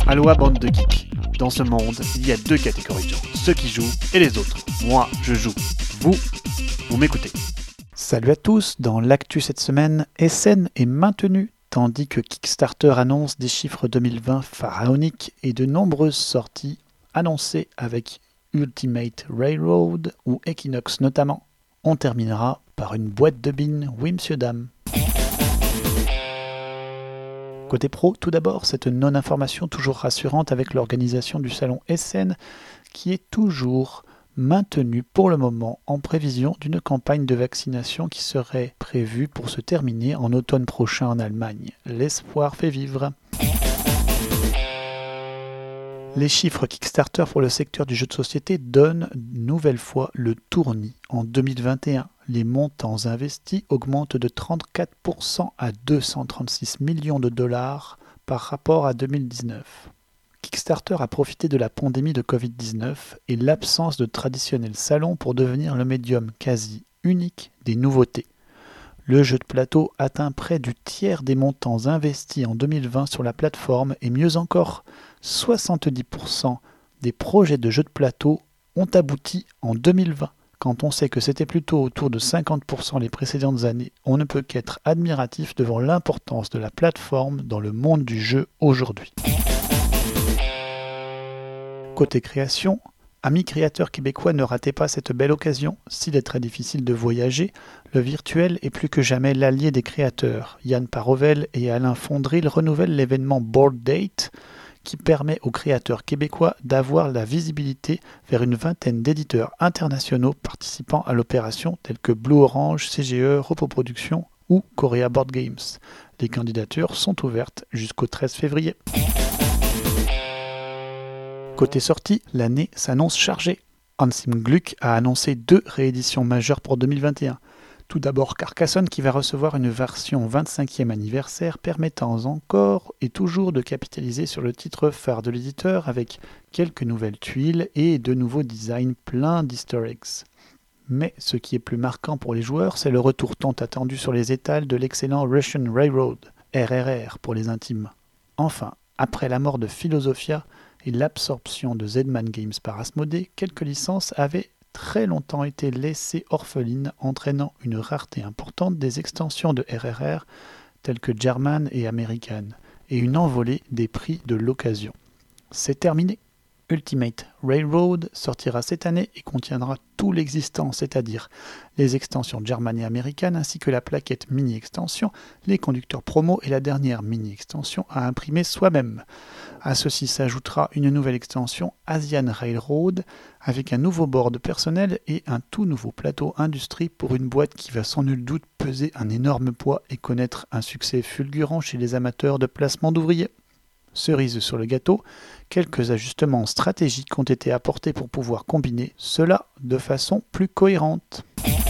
Aloha bande de geeks. Dans ce monde, il y a deux catégories de gens, ceux qui jouent et les autres. Moi, je joue. Vous m'écoutez. Salut à tous, dans l'actu cette semaine, SN est maintenu, tandis que Kickstarter annonce des chiffres 2020 pharaoniques et de nombreuses sorties annoncées avec Ultimate Railroad ou Equinox notamment. On terminera par une boîte de bines, oui monsieur dame. Côté pro, tout d'abord, cette non-information toujours rassurante avec l'organisation du salon SN qui est toujours maintenue pour le moment en prévision d'une campagne de vaccination qui serait prévue pour se terminer en automne prochain en Allemagne. L'espoir fait vivre. Les chiffres Kickstarter pour le secteur du jeu de société donnent une nouvelle fois le tournis en 2021. Les montants investis augmentent de 34% à 236 millions de dollars par rapport à 2019. Kickstarter a profité de la pandémie de Covid-19 et l'absence de traditionnels salons pour devenir le médium quasi unique des nouveautés. Le jeu de plateau atteint près du tiers des montants investis en 2020 sur la plateforme et mieux encore, 70% des projets de jeux de plateau ont abouti en 2020. Quand on sait que c'était plutôt autour de 50% les précédentes années, on ne peut qu'être admiratif devant l'importance de la plateforme dans le monde du jeu aujourd'hui. Côté création, amis créateurs québécois, ne ratez pas cette belle occasion. S'il est très difficile de voyager, le virtuel est plus que jamais l'allié des créateurs. Yann Parovel et Alain Fondril renouvellent l'événement Board Date, qui permet aux créateurs québécois d'avoir la visibilité vers une vingtaine d'éditeurs internationaux participant à l'opération tels que Blue Orange, CGE, Repo Productions ou Korea Board Games. Les candidatures sont ouvertes jusqu'au 13 février. Côté sortie, l'année s'annonce chargée. Hansim Gluck a annoncé 2 rééditions majeures pour 2021. Tout d'abord Carcassonne qui va recevoir une version 25e anniversaire permettant encore et toujours de capitaliser sur le titre phare de l'éditeur avec quelques nouvelles tuiles et de nouveaux designs pleins d'easter eggs. Mais ce qui est plus marquant pour les joueurs, c'est le retour tant attendu sur les étals de l'excellent Russian Railroad, RRR pour les intimes. Enfin, après la mort de Philosophia et l'absorption de Zedman Games par Asmodée, quelques licences avaient très longtemps été laissées orphelines, entraînant une rareté importante des extensions de RRR telles que German et American, et une envolée des prix de l'occasion. C'est terminé. Ultimate Railroad sortira cette année et contiendra tout l'existant, c'est-à-dire les extensions German et American ainsi que la plaquette mini-extension, les conducteurs promo et la dernière mini-extension à imprimer soi-même. À ceci s'ajoutera une nouvelle extension Asian Railroad avec un nouveau board personnel et un tout nouveau plateau industrie pour une boîte qui va sans nul doute peser un énorme poids et connaître un succès fulgurant chez les amateurs de placement d'ouvriers. Cerise sur le gâteau, quelques ajustements stratégiques ont été apportés pour pouvoir combiner cela de façon plus cohérente.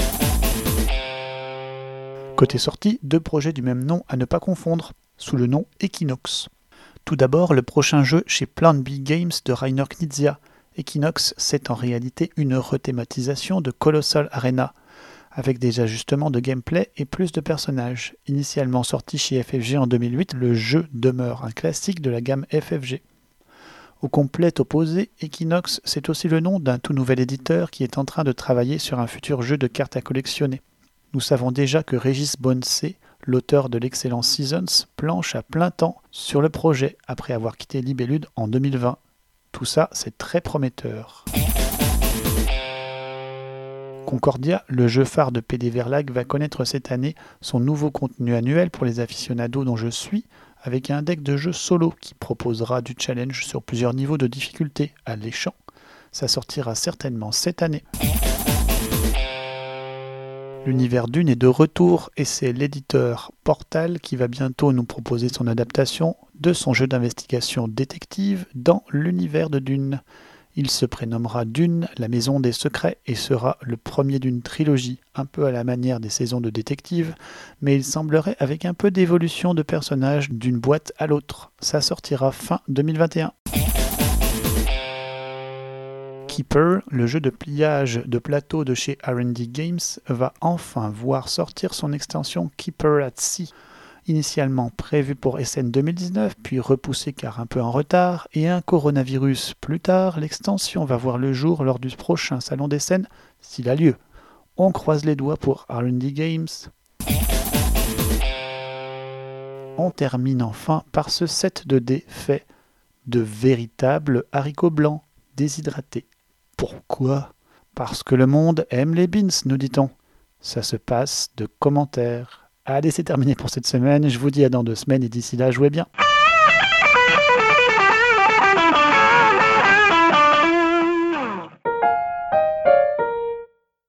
Côté sortie, 2 projets du même nom à ne pas confondre, sous le nom Equinox. Tout d'abord, le prochain jeu chez Plan B Games de Rainer Knizia. Equinox, c'est en réalité une rethématisation de Colossal Arena, avec des ajustements de gameplay et plus de personnages. Initialement sorti chez FFG en 2008, le jeu demeure un classique de la gamme FFG. Au complet opposé, Equinox, c'est aussi le nom d'un tout nouvel éditeur qui est en train de travailler sur un futur jeu de cartes à collectionner. Nous savons déjà que Régis Bonnecé, l'auteur de l'excellent Seasons, planche à plein temps sur le projet après avoir quitté Libellude en 2020. Tout ça, c'est très prometteur. Concordia, le jeu phare de PD Verlag, va connaître cette année son nouveau contenu annuel pour les aficionados dont je suis, avec un deck de jeu solo qui proposera du challenge sur plusieurs niveaux de difficulté alléchant. Ça sortira certainement cette année. L'univers Dune est de retour et c'est l'éditeur Portal qui va bientôt nous proposer son adaptation de son jeu d'investigation détective dans l'univers de Dune. Il se prénommera Dune, la maison des secrets, et sera le premier d'une trilogie, un peu à la manière des saisons de détective, mais il semblerait avec un peu d'évolution de personnages d'une boîte à l'autre. Ça sortira fin 2021. Keeper, le jeu de pliage de plateau de chez R&D Games, va enfin voir sortir son extension Keeper at Sea. initialement prévu pour SN 2019, puis repoussé car un peu en retard, et un coronavirus plus tard, l'extension va voir le jour lors du prochain Salon des Scènes, s'il a lieu. On croise les doigts pour R&D Games. On termine enfin par ce set de dés fait de véritables haricots blancs déshydratés. Pourquoi ? Parce que le monde aime les beans, nous dit-on. Ça se passe de commentaires. Allez, c'est terminé pour cette semaine. Je vous dis à dans 2 semaines et d'ici là, jouez bien.